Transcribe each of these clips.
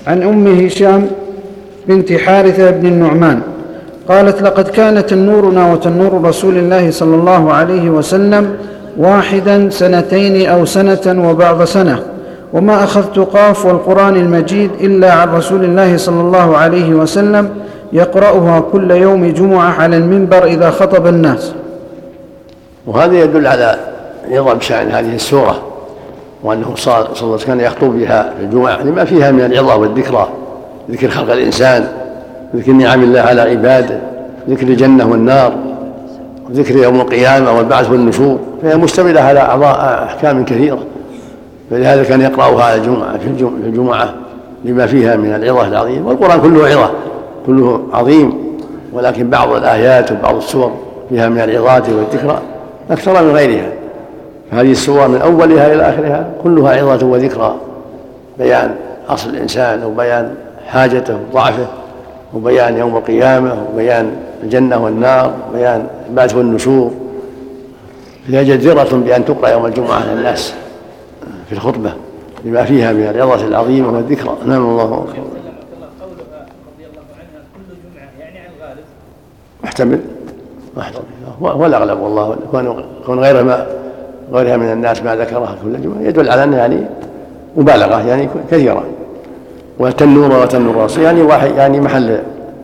عن أم هشام بنت حارثة بن النعمان قالت: لقد كان تنورنا وتنور رسول الله صلى الله عليه وسلم واحدا 2 أو 1 سنة وبعض سنة، وما أخذت قاف والقرآن المجيد إلا عن رسول الله صلى الله عليه وسلم يقرأها كل يوم جمعة على المنبر إذا خطب الناس. وهذا يدل على عظم شأن هذه السورة، وأنه صلى الله عليه وسلم كان يخطب بها في الجمعة لما فيها من العظة والذكرى، ذكر خلق الإنسان، ذكر نعم الله على عباده، ذكر الجنة والنار، وذكر يوم القيامة والبعث والنشور، فهي مشتملة على أحكام كثيرة، فلهذا كان يقرأها في الجمعة لما فيها من العظة العظيم. والقرآن كله عظة، كله عظيم، ولكن بعض الآيات وبعض السور فيها من العظات والذكرى أكثر من غيرها. هذه السورة من أولها إلى آخرها كلها عظة وذكرى، بيان أصل الإنسان وبيان حاجته وضعفه وبيان يوم القيامة وبيان الجنة والنار وبيان البعث والنشور. فهي جديرة بأن تقرأ يوم الجمعة على الناس في الخطبة لما فيها من العظة العظيمة والذكرى. نعم. الله أكبر. قولها رضي الله عنها كل جمعة يعني عن الغالب محتمل هو الأغلب، والله كون غيرها من الناس ما ذكرها كل جمعة يدل على أنها يعني مبالغة، يعني كثيرة. وتنور وتنور راسه يعني واحد، يعني محل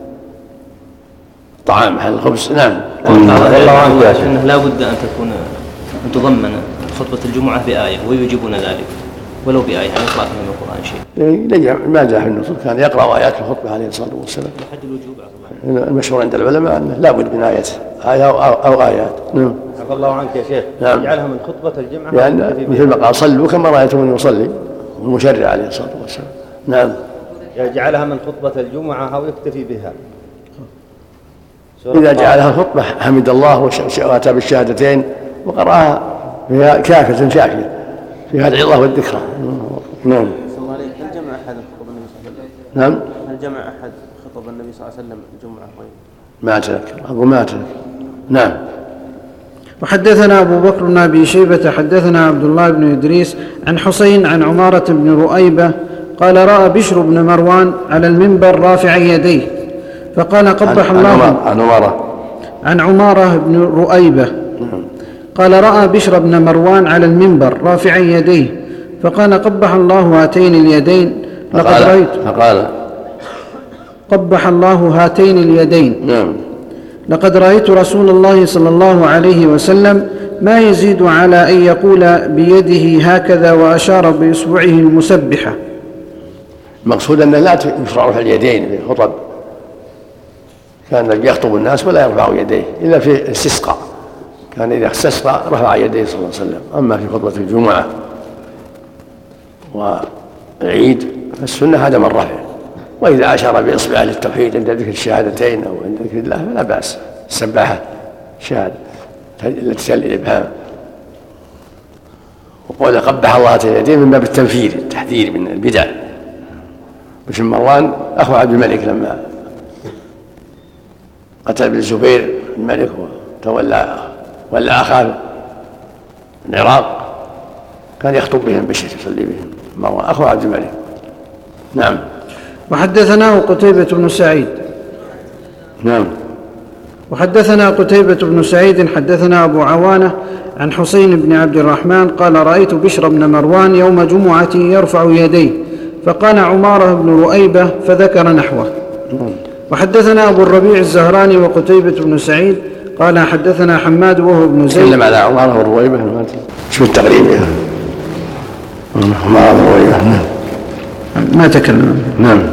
طعام، محل خبز. نعم. الله عنك أنه لا بد أن تضمن خطبة الجمعة بآية ويجيبون ذلك ولو بآية، يعني يقرأ من القرآن شيء. ما جاء في النصوص كان يقرأ آيات في الخطبة عليه الصلاة والسلام. حد الوجوب. المشهور عند العلماء أنه لا بد من آية أو آيات. نعم. عفى الله عنك يا شيخ. نعم. يجعلها من خطبة الجمعة يعني مثل ما قال: صلوا كما رأيتموني يصلي، المشرع عليه الصلاة والسلام. نعم. يجعلها من خطبة الجمعة أو يكتفي بها. إذا جعلها خطبة حمد الله وأتى بالشهادتين وقرأها فيها كافية شافية فيها العظة والذكرى. نعم. هل جمع أحد خطب النبي صلى الله عليه وسلم؟ نعم. هل جمع أحد خطب النبي صلى الله عليه وسلم الجمعة؟ ما أتذكر، أقول ما أتذكر. نعم. وحدثنا أبو بكر بن أبي شيبة حدثنا عبد الله بن إدريس عن حسين عن عمارة بن رؤيبة قال: رأى بشر بن مروان على المنبر رافعا يديه فقال: قبح الله. عن عمارة بن رؤيبة قال: رأى بشر بن مروان على المنبر رافعا يديه فقال: قبح الله هاتين اليدين لقد رأيت. فقال: قبح الله هاتين اليدين. نعم. لقد رأيت رسول الله صلى الله عليه وسلم ما يزيد على أن يقول بيده هكذا وأشار بإصبعه المسبحة. المقصود أن لا يشرع في اليدين في الخطب، كان يخطب الناس ولا يرفع يديه إلا في الاستسقاء، كان إذا استسقى رفع يديه صلى الله عليه وسلم. أما في خطبة الجمعة والعيد فالسنة هذا من رفع، وإذا أشار بإصبعه للتوحيد عند ذكر الشهادتين أو عند ذكر الله فلا بأس. السباحة شهادة التي تلي الإبهام. وقال: قبح الله هاتين اليدين من باب التنفير، التحذير من البدع. بشر مروان أخو عبد الملك لما قتل ابن الزبير الملك وتولى أخاه العراق كان يخطب بهم بشر، يصلي بهم مروان أخو عبد الملك. نعم. وحدثناه قتيبة بن سعيد. نعم. وحدثنا قتيبة بن سعيد حدثنا أبو عوانة عن حسين بن عبد الرحمن قال: رأيت بشر بن مروان يوم جمعة يرفع يديه فقال عمارة بن رؤيبة فذكر نحوه. وحدثنا أبو الربيع الزهراني وقتيبة بن سعيد قال: حدثنا حماد وهو ابن زيد. تكلم على عمارة بن رؤيبة، شو التقريب يا عمارة بن رؤيبة؟ ما تكلم. نعم.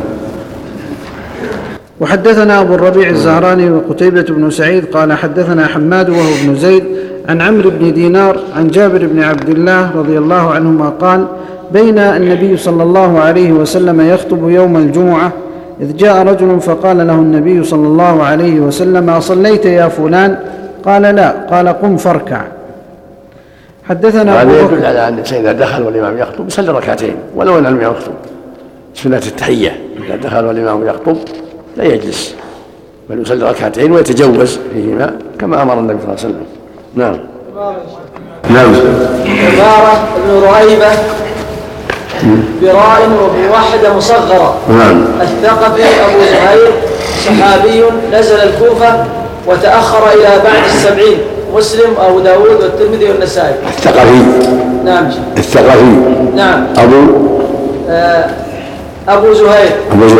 وحدثنا أبو الربيع الزهراني وقتيبة بن سعيد قال: حدثنا حماد وهو ابن زيد عن عمرو بن دينار عن جابر بن عبد الله رضي الله عنهما قال: بين النبي صلى الله عليه وسلم يخطب يوم الجمعة إذ جاء رجل فقال له النبي صلى الله عليه وسلم: أصليت يا فلان؟ قال: لا. قال: قم فاركع. حدثنا هذا يدل على أن إذا دخل والإمام يخطب يصلي ركعتين ولو أن لم يخطب، سنة التحية. إذا دخل والإمام يخطب لا يجلس بل يصلي ركعتين ويتجوز فيهما كما أمر النبي صلى الله عليه وسلم. نعم. عمارة بن رؤيبة براء وبوحدة مصغرة. الثقفي أبو زهير صحابي نزل الكوفة وتأخر إلى بعد 70. مسلم أبو داود والترمذي والنسائي. الثقفي. نعم. الثقفي. نعم. أبو زهير.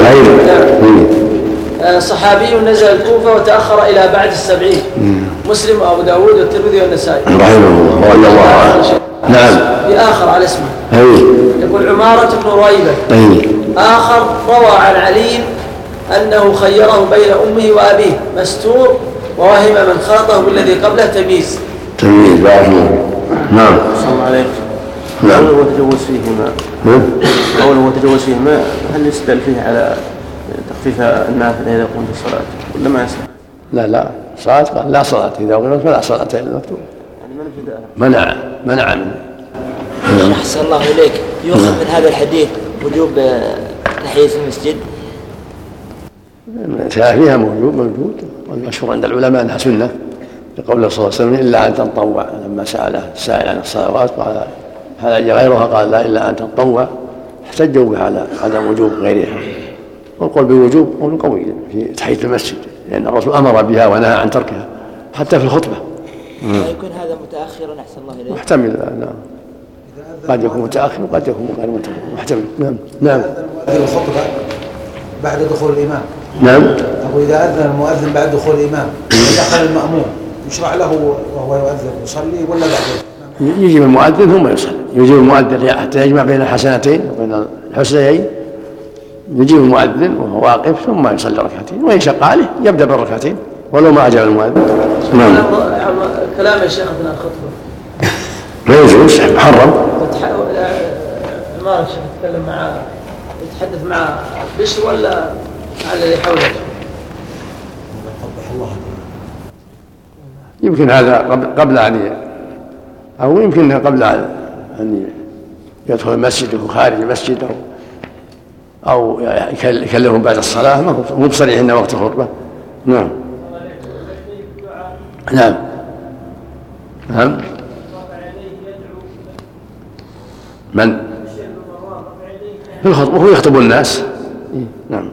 نعم. صحابي نزل الكوفة وتأخر إلى بعد 70. مسلم أبو داود والترمذي والنسائي. رحمه الله رضي الله عنه. نعم. في آخر على اسمه. يقول عمارة بن رؤيبة. آخر روى عن علي أنه خيره بين أمه وأبيه مستور ووهم من خلطه بالذي قبله تمييز. بارك الله. نعم. صلى الله عليه وسلم. نعم. قوله وتجوز فيهما. قوله وتجوز فيهما هل يستدل فيه على تخفيف النافلة إذا قمت الصلاة ولا ما يستدل؟ لا صلاة قال لا صلاة إذا قمت فلا صلاة إلا المكتوب. منع منه. أحسن الله إليك. يؤخذ من هذا الحديث وجوب تحية المسجد. فيها موجود والمشهور عند العلماء أنها سنة لقوله صلى الله عليه وسلم إلا أن تتطوع. لما سأله السائل عن الصلوات قال هل غيرها قال لا إلا أن تتطوع احتجوا به على عدم وجوب غيرها. والقول بوجوب قول قوي في تحية المسجد لأن الرسول أمر بها ونهى عن تركها حتى في الخطبة. يكون هذا متأخرا أحسن الله إليك. محتمل. نعم. قد يكون متأخر وقد يكون غير محتمل. نعم. الخطبة بعد دخول الإمام. نعم. أو إذا أذن المؤذن بعد دخول الإمام دخل المأموم يشرع له وهو يؤذن يصلي ولا بعده؟ يجيب المؤذن ثم يصلي. يجيب المؤذن حتى يجمع بين الحسنتين وبين الحسنيين. يجيب المؤذن وهو واقف ثم يصلي ركعتين وإن شق عليه يبدأ بالركعتين ولو ما أجاب المؤذن. نعم. كلام الشيخ من الخطبة لا يجوز محرم. عمارة الشيخ يتحدث مع بشر ولا على اللي حوله؟ يمكن هذا قبل أن أو يمكن قبل أن يدخل المسجد وهو خارج المسجد أو يكلمهم بعد الصلاة مو بصريح إنه وقت الخطبة. نعم. من في الخطبة هو يخطب الناس. نعم.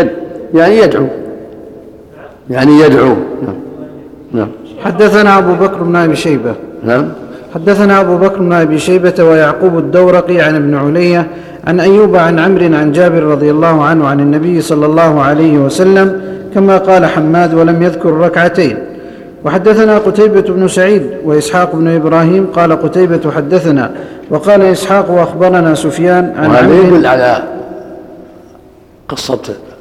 يعني يدعو. نعم. حدثنا أبو بكر بن أبي شيبة. نعم. حدثنا أبو بكر بن أبي شيبة ويعقوب الدورقي عن ابن علية عن أيوب عن عمرو عن جابر رضي الله عنه عن النبي صلى الله عليه وسلم كما قال حماد ولم يذكر ركعتين. وحدثنا قتيبة بن سعيد وإسحاق بن إبراهيم قال قتيبة حدثنا وقال إسحاق وأخبرنا سفيان عن عمرو. يدل على قصة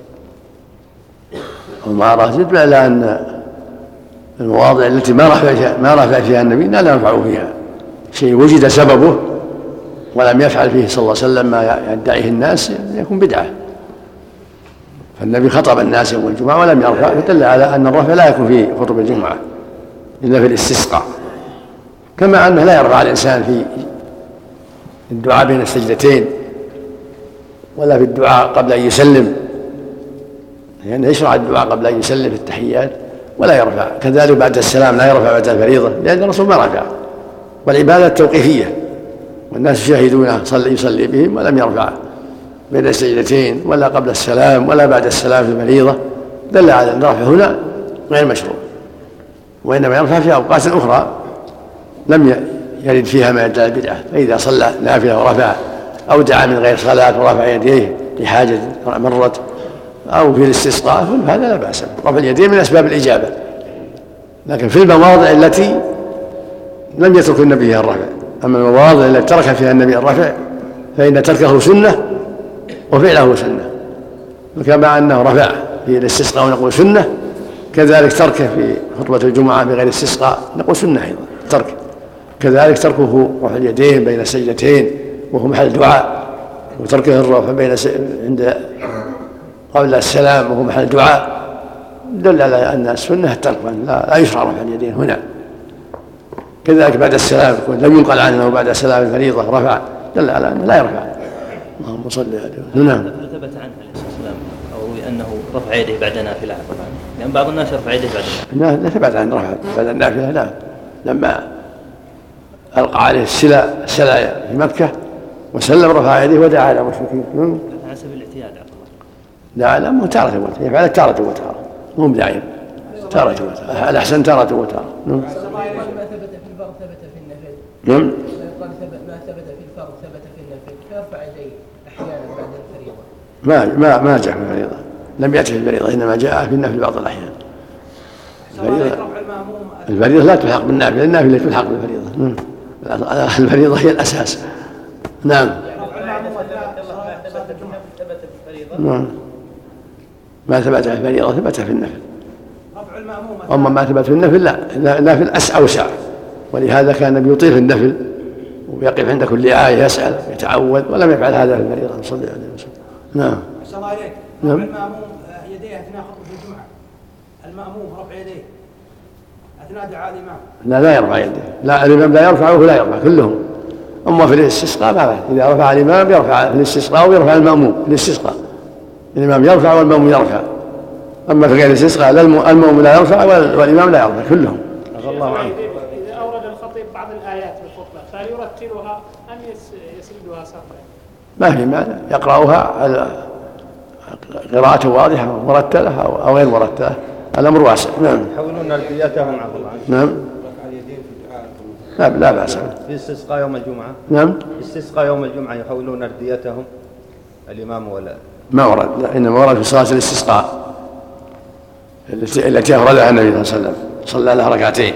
عمارة يدل على أن المواضع التي ما رفع فيها النبي لا ينفع فيها شيء وجد سببه ولم يفعل فيه صلى الله عليه وسلم ما يدعيه الناس يكون بدعة. فالنبي خطب الناس يوم الجمعة ولم يرفع فدل على أن الرفع لا يكون في خطب الجمعة إلا في الاستسقاء. كما أنه لا يرفع الإنسان في الدعاء بين السجدتين ولا في الدعاء قبل أن يسلم لأنه يشرع الدعاء قبل أن يسلم في التحيات ولا يرفع. كذلك بعد السلام لا يرفع بعد الفريضة لأن الرسول ما رفع. والعبادة توقيفية والناس يشاهدونه يصلي بهم ولم يرفع بين السجدتين ولا قبل السلام ولا بعد السلام في الفريضة دل على أن الرفع هنا غير مشروع وإنما يرفع في أوقات أخرى لم يرد فيها ما يدل البدعة. فإذا صلى نافلة ورفع أو دعا من غير صلاة ورفع يديه لحاجة مرت أو في الاستسقاء فهذا لا بأس. رفع اليدين من أسباب الإجابة لكن في المواضع التي لم يترك النبي فيها الرفع. أما المواضع التي ترك فيها النبي الرفع فإن تركه سنة وفعله سنة. وكما أنه رفع في الاستسقاء ونقول سنة كذلك تركه في خطبة الجمعة بغير استسقاء نقول سنة أيضا ترك. كذلك تركه رفع اليدين بين السجدتين وهو محل دعاء وتركه الرفع عند قبل السلام وهو محل دعاء دل على أن السنة الترك لا يشرع رفع اليدين هنا. كذلك بعد السلام لم ينقل عنه بعد السلام الفريضة رفع دل على أنه لا يرفع. اللهم صل عليه. نعم. ثبت عنه عليه الصلاة والسلام أو أنه رفع يديه بعد نافلة طبعا لأن بعض الناس رفع يديه بعد النافلة. لا ثبت عنه رفع بعد النافلة لا. لما ألقى عليه السلا في مكة وسلم رفع يديه ودعا على المشركين. على سبيل الاعتياد دعا لهم تارة وتارة، يفعل تارة وتارة، مو بداعين، تارة وتارة، الأحسن تارة وتارة. ما ثبت في الفرض ثبت في النفل. نعم. ما ثبت في الفرض ثبت في النفل، فيرفع يديه أحيانا بعد الفريضة. ما جاء في الفريضة، لم يأتي في الفريضة، إنما جاء في النفل بعض الأحيان. الفريضة لا تلحق بالنافلة، النافلة تلحق بالفريضة. الفريضة هي الأساس. نعم. نعم. ما ثبت في الفريضة ثبت في النفل. أما ما ثبت في النفل لا، النافل أوسع، ولهذا كان النبي يطيل في النفل ويقف عند كل آية يسأل يتعوذ، ولم يفعل هذا في الفريضة صلى الله عليه وسلم. نعم. السلام عليكم. نعم. المأموم يديه أثناء خطبة الجمعة، المأموم رفع يديه أثناء دعاء الإمام. لا يرفع يديه، لا الإمام لا يرفع ولا يرفع كلهم. أما في الاستسقاء ما بعد، إذا رفع الإمام يرفع في الاستسقاء ويرفع المأموم في الاستسقاء، الإمام يرفع والمأموم يرفع. أما في غير الاستسقاء المأموم لا يرفع والإمام لا يرفع كلهم. الله عنه. إذا أورد الخطيب بعض الآيات في الخطبة فهل يرتلها أم يسردها سردا؟ ما في مانع، يقرأها على قراءة واضحة مرتلة أو غير مرتلة، الأمر واسع. نعم. يحولون أرديتهم عفوا عنه. نعم. لا بأس. في استسقاء يوم الجمعة. نعم. استسقاء يوم الجمعة يحولون أرديتهم الإمام ولا ما ورد، لا، إنما ورد في صلاة الاستسقاء التي أفردها النبي صلى الله عليه وسلم، صلى لها ركعتين.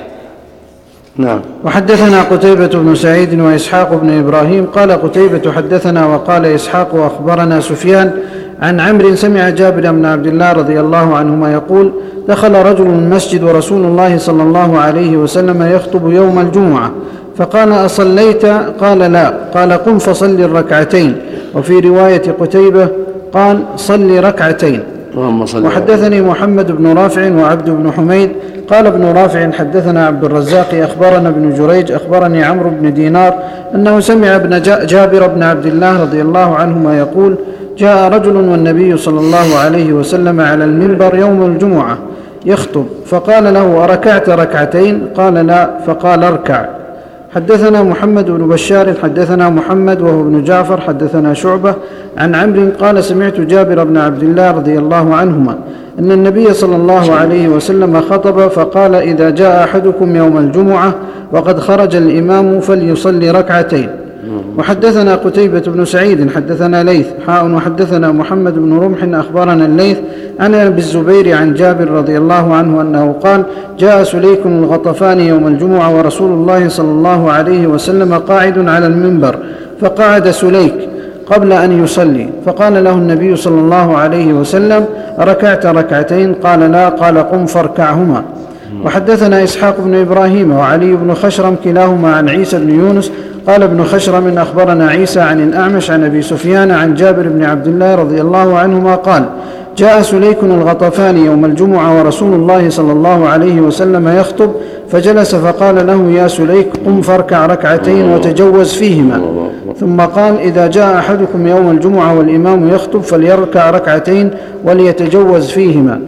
نعم. وحدثنا قتيبة بن سعيد وإسحاق بن إبراهيم. قال قتيبة حدثنا وقال إسحاق وأخبرنا سفيان عن عمرو سمع جابر بن عبد الله رضي الله عنهما يقول: دخل رجل المسجد ورسول الله صلى الله عليه وسلم يخطب يوم الجمعة، فقال: أصليت؟ قال: لا. قال: قم فصل الركعتين. وفي رواية قتيبة قال: صل ركعتين. وحدثني محمد بن رافع وعبد بن حميد. قال ابن رافع: حدثنا عبد الرزاق أخبرنا ابن جريج أخبرني عمرو بن دينار أنه سمع ابن جابر بن عبد الله رضي الله عنهما يقول: جاء رجل والنبي صلى الله عليه وسلم على المنبر يوم الجمعة يخطب، فقال له: أركعت ركعتين؟ قال: لا. فقال: اركع. حدثنا محمد بن بشار حدثنا محمد وهو ابن جعفر حدثنا شعبة عن عمرو قال: سمعت جابر بن عبد الله رضي الله عنهما أن النبي صلى الله عليه وسلم خطب فقال: إذا جاء أحدكم يوم الجمعة وقد خرج الإمام فليصلي ركعتين. وحدثنا قتيبة بن سعيد حدثنا ليث وحدثنا محمد بن رمح أخبرنا الليث عن أبي الزبير عن جابر رضي الله عنه أنه قال: جاء سليك الغطفاني يوم الجمعة ورسول الله صلى الله عليه وسلم قاعد على المنبر، فقعد سليك قبل أن يصلي، فقال له النبي صلى الله عليه وسلم: أركعت ركعتين؟ قال: لا. قال: قم فاركعهما. وحدثنا إسحاق بن إبراهيم وعلي بن خشرم كلاهما عن عيسى بن يونس. قال ابن خشرم: أخبرنا عيسى عن الأعمش عن أبي سفيان عن جابر بن عبد الله رضي الله عنهما قال: جاء سليك الغطفاني يوم الجمعة ورسول الله صلى الله عليه وسلم يخطب، فجلس فقال له: يا سليك، قم فاركع ركعتين وتجوز فيهما. ثم قال: إذا جاء أحدكم يوم الجمعة والإمام يخطب فليركع ركعتين وليتجوز فيهما.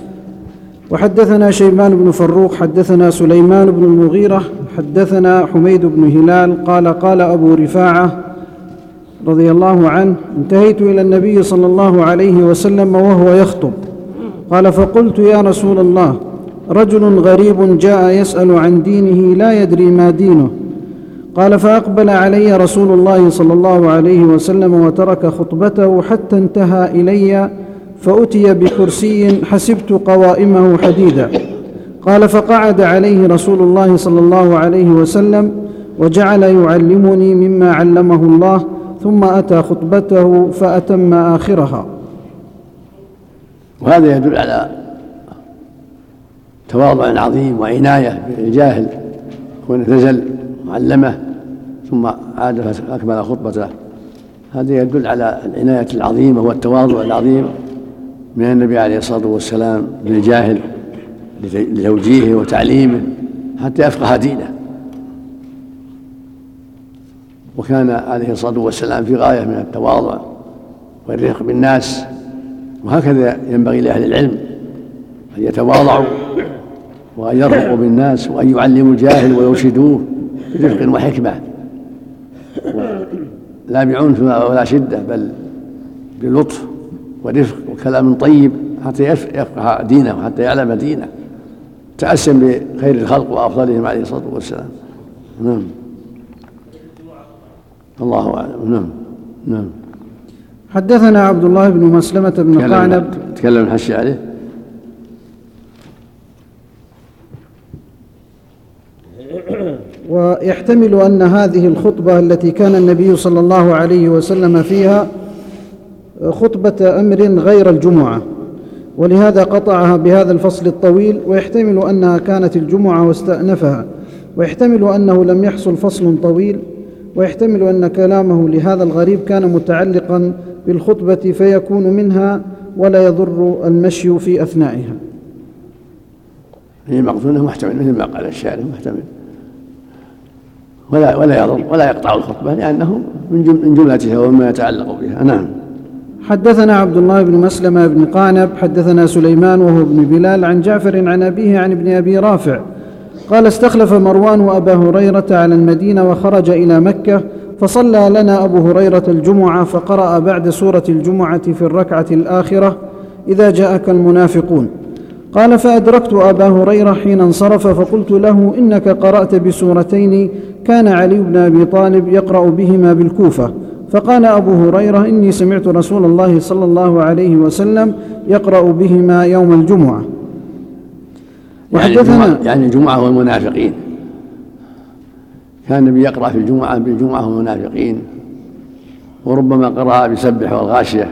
وحدثنا شيبان بن فروق حدثنا سليمان بن المغيرة حدثنا حميد بن هلال قال أبو رفاعة رضي الله عنه: انتهيت إلى النبي صلى الله عليه وسلم وهو يخطب، قال: فقلت: يا رسول الله، رجل غريب جاء يسأل عن دينه لا يدري ما دينه. قال: فأقبل علي رسول الله صلى الله عليه وسلم وترك خطبته حتى انتهى إلي، فأتي بكرسي حسبت قوائمه حديدا. قال: فقعد عليه رسول الله صلى الله عليه وسلم وجعل يعلمني مما علمه الله، ثم أتى خطبته فأتم آخرها. وهذا يدل على تواضع عظيم وعناية بالجاهل، ونزل معلمه ثم عاد فأكمل خطبته. هذا يدل على العناية العظيمة والتواضع العظيم من النبي عليه الصلاة والسلام بالجاهل لتوجيهه وتعليمه حتى يفقه دينه. وكان عليه الصلاة والسلام في غاية من التواضع والرفق بالناس، وهكذا ينبغي لأهل العلم أن يتواضعوا وأن يرفقوا بالناس وأن يعلموا الجاهل ويرشدوه برفق وحكمة لا بعنف ولا شدة، بل بلطف ورفق وكلام طيب حتى يفقه دينه وحتى يعلم دينه، تأسم بخير الخلق وأفضلهم عليه الصلاة والسلام. نعم، الله أعلم. نعم. حدثنا عبد الله بن مسلمة بن قعنب. تكلم الحشي عليه. ويحتمل أن هذه الخطبة التي كان النبي صلى الله عليه وسلم فيها خطبة أمر غير الجمعة، ولهذا قطعها بهذا الفصل الطويل، ويحتمل أنها كانت الجمعة واستأنفها، ويحتمل أنه لم يحصل فصل طويل، ويحتمل أن كلامه لهذا الغريب كان متعلقا بالخطبة فيكون منها ولا يضر المشي في أثنائها. هي مقصودة محتمل مثل ما قال الشاعر، محتمل ولا يضر ولا يقطع الخطبة لأنه من جملتها وما يتعلق بها. نعم. حدثنا عبد الله بن مسلمة بن قعنب حدثنا سليمان وهو ابن بلال عن جعفر عن أبيه عن ابن أبي رافع قال استخلف مروان وأبا هريرة على المدينة وخرج إلى مكة فصلى لنا أبو هريرة الجمعة فقرأ بعد سورة الجمعة في الركعة الآخرة إذا جاءك المنافقون. قال فأدركت أبا هريرة حين انصرف فقلت له إنك قرأت بسورتين كان علي بن أبي طالب يقرأ بهما بالكوفة. فقال أبو هريرة إني سمعت رسول الله صلى الله عليه وسلم يقرأ بهما يوم الجمعة. يعني الجمعة والمنافقين، كان النبي يقرأ في الجمعة بالجمعة والمنافقين، وربما قرأ بسبح والغاشية،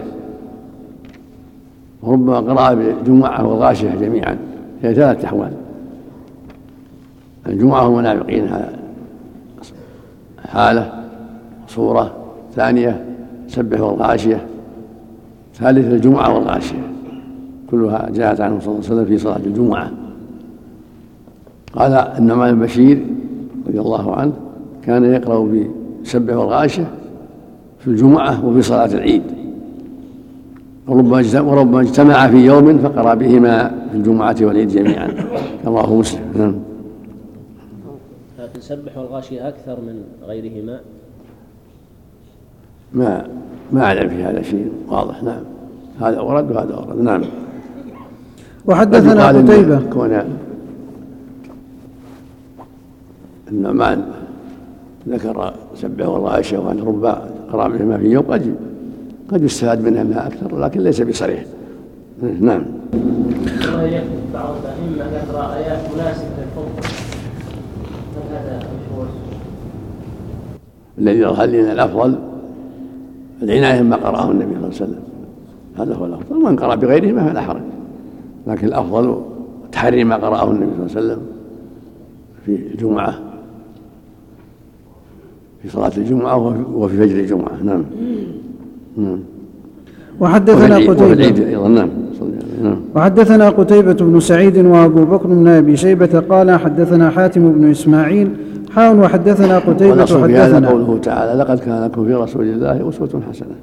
وربما قرأ بالجمعة والغاشية جميعا. هي 3 أحوال: الجمعة والمنافقين حالة، صورة ثانية سبح والغاشية، ثالثة الجمعة والغاشية، كلها جاءت عنه صلى الله عليه وسلم في صلاة الجمعة. قال النعمان بن بشير رضي الله عنه كان يقرأ بسبح والغاشية في الجمعة وفي صلاة العيد، وربما اجتمع في يوم فقرأ بهما في الجمعة والعيد جميعا. رواه مسلم. نعم. لكن سبح والغاشية أكثر من غيرهما؟ ما أعلم في هذا شيء واضح. نعم، هذا ورد وهذا ورد. نعم. وحدثنا قتيبة كون النعمان ذكر سبح والغاشية وأن ربما قرأ بهما في يوم قد يستفاد منها أكثر، لكن ليس بصريح. نعم. بعض الأئمة ذكر آيات مناسبة للخطبة، هل هذا مشهور؟ الذي يظهر لنا الأفضل العناية بما قرأه النبي صلى الله عليه وسلم، هذا هو الأفضل. ومن قرأ بغيره فلا حرج، لكن الأفضل تحري ما قرأه النبي صلى الله عليه وسلم في الجمعة، في صلاة الجمعة وفي فجر الجمعة. نعم. وحدثنا قتيبة نعم. وحدثنا قتيبة بن سعيد وأبو بكر بن أبي شيبة قال حدثنا حاتم بن إسماعيل وحدثنا قتيبة حدثنا قوله تعالى لقد كان لكم في رسول الله أسوة حسنة.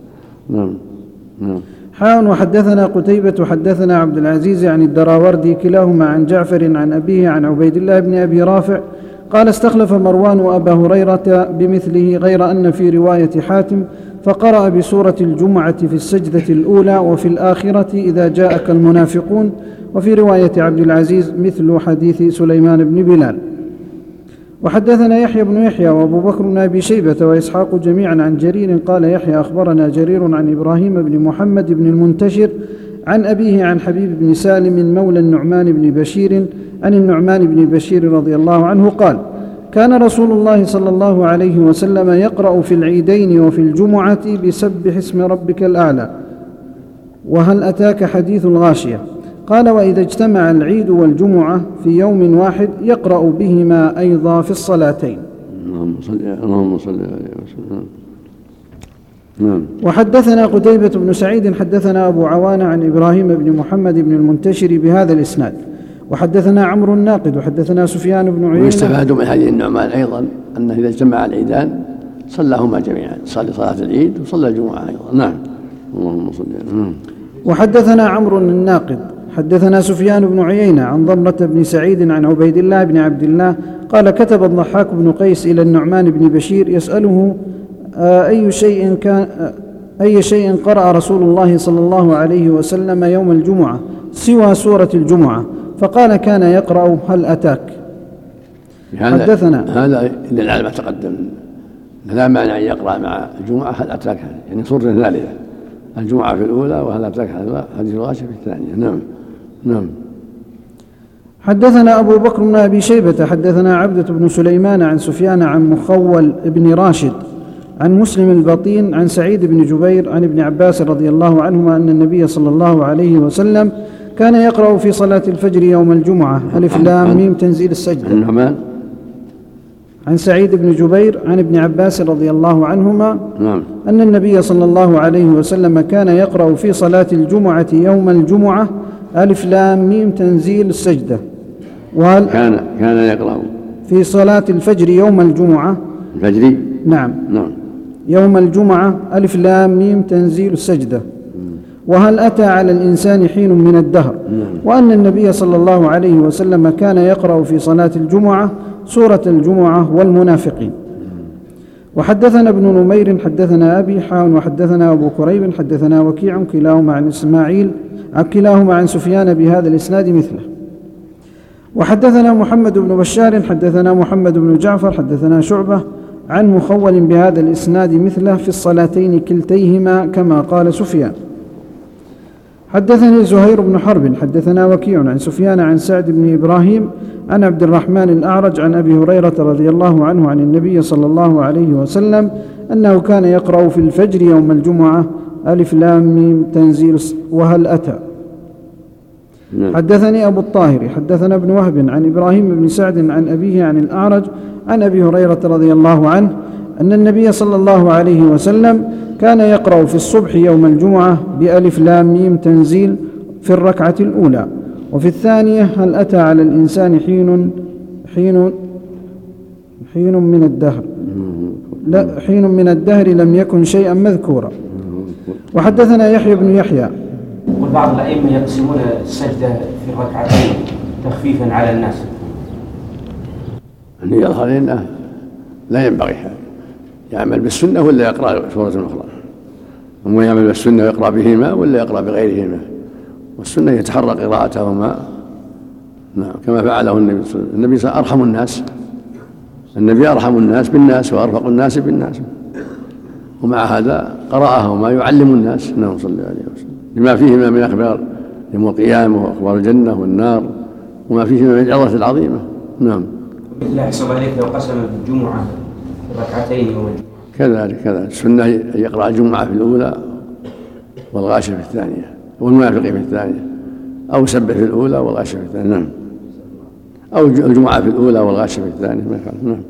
نعم. وحدثنا قتيبة حدثنا عبد العزيز عن الدراوردي كلاهما عن جعفر عن أبيه عن عبيد الله بن أبي رافع قال استخلف مروان وأبا هريرة بمثله غير أن في رواية حاتم فقرأ بسورة الجمعة في السجدة الأولى وفي الآخرة إذا جاءك المنافقون، وفي رواية عبد العزيز مثل حديث سليمان بن بلال. وحدثنا يحيى بن يحيى وأبو بكر بن أبي شيبة وإسحاق جميعا عن جرير قال يحيى أخبرنا جرير عن إبراهيم بن محمد بن المنتشر عن أبيه عن حبيب بن سالم مولى النعمان بن بشير عن النعمان بن بشير رضي الله عنه قال كان رسول الله صلى الله عليه وسلم يقرأ في العيدين وفي الجمعة بسبح اسم ربك الأعلى وهل أتاك حديث الغاشية. قال وإذا اجتمع العيد والجمعة في يوم واحد يقرأ بهما أيضا في الصلاتين. اللهم صل عليه وسلم. نعم. وحدثنا قتيبة بن سعيد حدثنا أبو عوان عن إبراهيم بن محمد بن المنتشر بهذا الإسناد. وحدثنا عمرو الناقد وحدثنا سفيان بن عيينة. ويستفاد من حديث النعمان أيضا أنه إذا اجتمع العيدان صلاهما جميعا، صلى صلاة العيد وصلى الجمعة أيضا. نعم. اللهم صل عليه. وحدثنا عمرو الناقد حدثنا سفيان بن عيينة عن ضمرة بن سعيد عن عبيد الله بن عبد الله قال كتب الضحاك بن قيس إلى النعمان بن بشير يسأله أي شيء قرأ رسول الله صلى الله عليه وسلم يوم الجمعة سوى سورة الجمعة؟ فقال كان يقرأ هل أتاك. حدثنا هذا يدل على ما تقدم، لا مانع أن يقرأ مع الجمعة هل أتاك، يعني سورة ثالثة، الجمعة في الأولى وهل أتاك حديث الغاشية في الثانية. نعم. حدثنا أبو بكر بن أبي شيبة حدثنا عبدة بن سليمان عن سفيان عن مخول بن راشد عن مسلم البطين عن سعيد بن جبير عن ابن عباس رضي الله عنهما أن النبي صلى الله عليه وسلم كان يقرأ في صلاة الفجر يوم الجمعة ألف لام ميم تنزيل السجدة. عن سعيد بن جبير عن ابن عباس رضي الله عنهما أن النبي صلى الله عليه وسلم كان يقرأ في صلاة الجمعة يوم الجمعة ألف لام ميم تنزيل السجدة. كان يقرأ في صلاة الفجر يوم الجمعة الفجر نعم يوم الجمعة ألف لام ميم تنزيل السجدة. وهل أتى على الإنسان حين من الدهر، وأن النبي صلى الله عليه وسلم كان يقرأ في صلاة الجمعة سورة الجمعة والمنافقين. وحدثنا ابن نمير حدثنا أبي حاون وحدثنا أبو كريب حدثنا وكيع كلاهما عن إسماعيل كلاهما عن سفيان بهذا الإسناد مثله. وحدثنا محمد بن بشار حدثنا محمد بن جعفر حدثنا شعبة عن مخول بهذا الإسناد مثله في الصلاتين كلتيهما كما قال سفيان. حدثني زهير بن حرب حدثنا وكيع عن سفيان عن سعد بن إبراهيم عن عبد الرحمن الأعرج عن أبي هريرة رضي الله عنه عن النبي صلى الله عليه وسلم أنه كان يقرأ في الفجر يوم الجمعة ألف لام ميم تنزيل وهل أتى. حدثني أبو الطاهر حدثنا ابن وهب عن إبراهيم بن سعد عن أبيه عن الأعرج عن أبي هريرة رضي الله عنه أن النبي صلى الله عليه وسلم كان يقرأ في الصبح يوم الجمعة بألف لام ميم تنزيل في الركعة الأولى، وفي الثانية هل أتى على الإنسان حين من الدهر لم يكن شيئا مذكورا. وحدثنا يحيى بن يحيى. وبعض الأئمة يقسمون السجدة في الركعتين تخفيفا على الناس. أن يظهر أنه لا ينبغي يعمل بالسنة ولا يقرأ سورة أخرى، أما يعمل بالسنة ويقرأ بهما ولا يقرأ بغيرهما، والسنة يتحرى قراءتهما. نعم كما فعله النبي صلى الله عليه وسلم. النبي أرحم الناس، النبي أرحم الناس بالناس وأرفق الناس بالناس، ومع هذا قرأه وما يعلم الناس. نعم صلى الله عليه وسلم لما فيهما من أخبار يوم القيامة وأخبار الجنة والنار وما فيهما من العظة العظيمة. نعم. مثل أحسب عليك لو قسم الجمعة ركعتين يوم الجمعة. كذلك السنة يقرأ الجمعة في الأولى والغاشية في الثانية والمنافق في الثانية، أو سبح في الأولى والغاشية في الثانية. نعم. أو الجمعة في الأولى والغاشية في الثانية. نعم.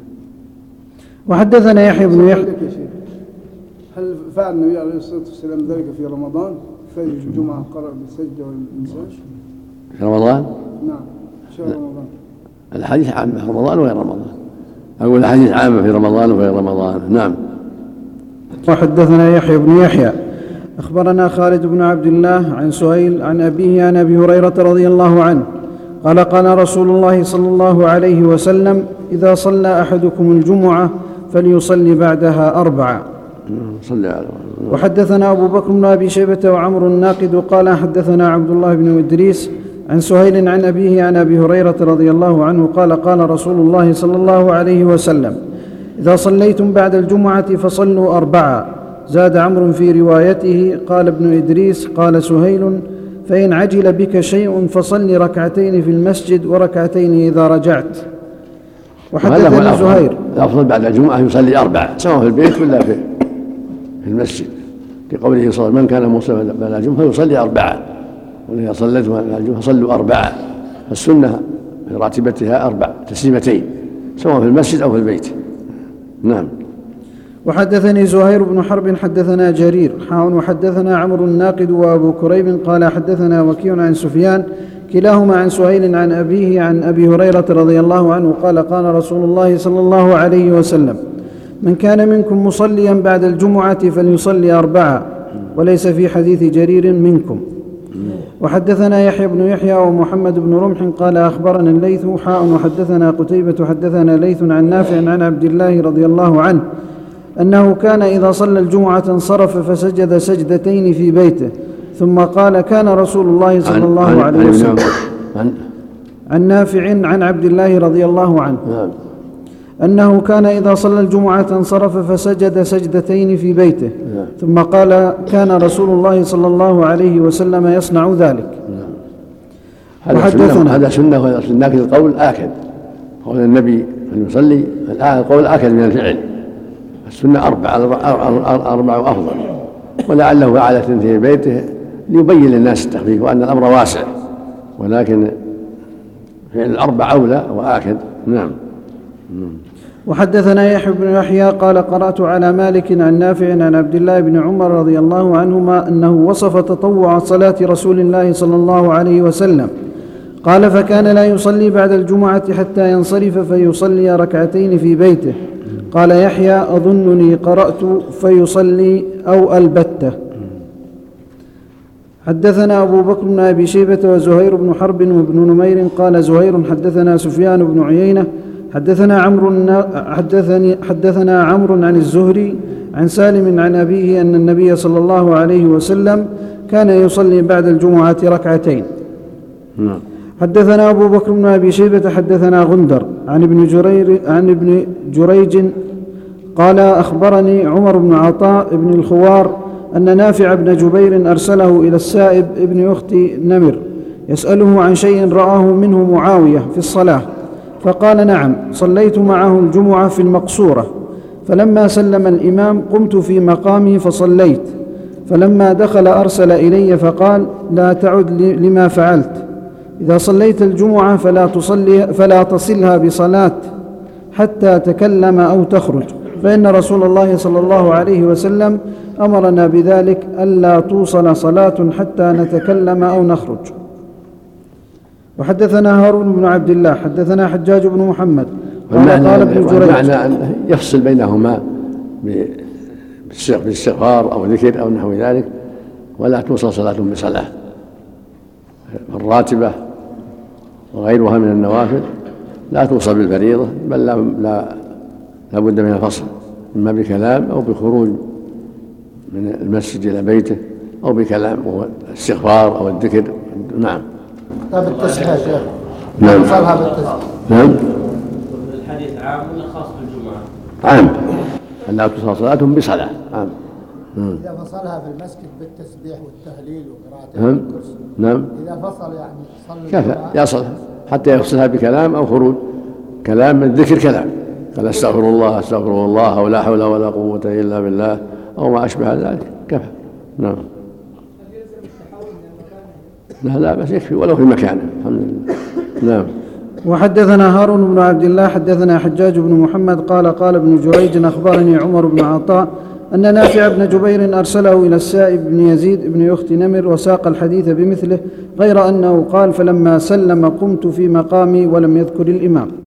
وحدثنا يحيى بن يحيى. هل فعل النبي عليه الصلاة والسلام ذلك في رمضان؟ في الجمعة قرأ بالسجدة والإنسان في رمضان؟ نعم شهر رمضان. الحديث عامة في رمضان وغير رمضان، أقول الحديث عامة في رمضان وغير رمضان. نعم. وحدثنا يحيى بن يحيى أخبرنا خالد بن عبد الله عن سهيل عن أبيه عن أبي هريرة رضي الله عنه قال قال رسول الله صلى الله عليه وسلم إذا صلى أحدكم الجمعة فليصلي بعدها 4. وحدثنا أبو بكر بن أبي شيبة وعمر الناقد قال حدثنا عبد الله بن إدريس عن سهيل عن أبيه عن أبي هريرة رضي الله عنه قال قال رسول الله صلى الله عليه وسلم إذا صليتم بعد الجمعة فصلوا 4. زاد عمرو في روايته قال ابن إدريس قال سهيل فإن عجل بك شيء فصل ركعتين في المسجد وركعتين إذا رجعت. وحدثني زهير الأفضل بعد الجمعة يصلي 4 سواء في البيت ولا في المسجد، لقوله صلى الله عليه وسلم من كان مصليا بعد الجمعة يصلي 4، وإذا صليتم بعد الجمعة صلوا 4. فالسنة في راتبتها 4 تسليمتين سواء في المسجد أو في البيت. نعم. وحدثني زهير بن حرب حدثنا جرير وحدثنا عمرو الناقد وأبو كريب قال حدثنا وكيع عن سفيان كلاهما عن سهيل عن أبيه عن أبي هريرة رضي الله عنه قال قال رسول الله صلى الله عليه وسلم من كان منكم مصليا بعد الجمعة فليصلي 4 وليس في حديث جرير منكم. وحدثنا يحيى بن يحيى ومحمد بن رمح قال أخبرنا الليث وحدثنا قتيبة حدثنا ليث عن نافع عن عبد الله رضي الله عنه أنه كان إذا صلى الجمعة انصرف فسجد سجدتين في بيته، ثم قال كان رسول الله صلى الله عليه وسلم عن نافع عن عبد الله رضي الله عنه أنه كان إذا صلى الجمعة انصرف فسجد سجدتين في بيته، ثم قال كان رسول الله صلى الله عليه وسلم يصنع ذلك. هذا سنة وهذا سنة، لكن القول آكد، قول النبي أن يصلي القول آكد من الفعل. السنة أربع وأفضل، ولعله فعل في بيته ليبين للناس التخفيف وأن الأمر واسع، ولكن فعل الأربع أولى وآكد. نعم. وحدثنا يحيى بن يحيى قال قرأت على مالك عن نافع عن عبد الله بن عمر رضي الله عنهما أنه وصف تطوع صلاة رسول الله صلى الله عليه وسلم، قال فكان لا يصلي بعد الجمعة حتى ينصرف فيصلي ركعتين في بيته. قال يحيى أظنني قرأت فيصلي أو البتة. حدثنا أبو بكر بن أبي شيبة وزهير بن حرب وابن نمير قال زهير حدثنا سفيان بن عيينة حدثنا عمرو عن الزهري عن سالم عن أبيه أن النبي صلى الله عليه وسلم كان يصلي بعد الجمعة ركعتين. حدثنا أبو بكر بن أبي شيبة حدثنا غندر عن ابن جريج قال أخبرني عمر بن عطاء بن الخوار أن نافع بن جبير أرسله إلى السائب ابن أخت نمر يسأله عن شيء رآه منه معاوية في الصلاة، فقال نعم صليت معه الجمعة في المقصورة، فلما سلم الإمام قمت في مقامي فصليت، فلما دخل أرسل إلي فقال لا تعد لما فعلت، إذا صليت الجمعة فلا تصلها بصلاة حتى تكلم أو تخرج، فإن رسول الله صلى الله عليه وسلم أمرنا بذلك ألا توصل صلاة حتى نتكلم أو نخرج. وحدثنا هارون بن عبد الله حدثنا حجاج بن محمد قال ابن جريج معنى أن يفصل بينهما بالاستغفار أو ذكر أو نحو ذلك، ولا توصل صلاة بصلاة. الراتبة وغيرها من النوافل لا توصل بالفريضة، بل لا بد من الفصل، إما بكلام أو بخروج من المسجد إلى بيته أو بكلام والاستغفار أو الذكر. نعم. طيب التسبيح يا شيخ، نعم. توصلها بالتسبيح. نعم. الحديث عام ولا خاص بالجمعة؟ عام، أن لا توصل صلاتهم بصلاة. عام. إذا فصلها في المسجد بالتسبيح والتهليل وقراءة الكرسي. نعم. إذا فصل يعني صلى كفى يصل حتى يفصلها بكلام أو خروج كلام من ذكر كلام، قال استغفر الله أو لا حول ولا قوة إلا بالله أو ما أشبه ذلك، كفى. نعم. لا بس يكفي ولو في مكانه. الحمد لله. نعم. وحدثنا هارون بن عبد الله حدثنا حجاج بن محمد قال ابن جريج أخبرني عمر بن عطاء أن نافع بن جبير أرسله إلى السائب بن يزيد بن أخت نمر وساق الحديث بمثله، غير أنه قال فلما سلم قمت في مقامي ولم يذكر الإمام.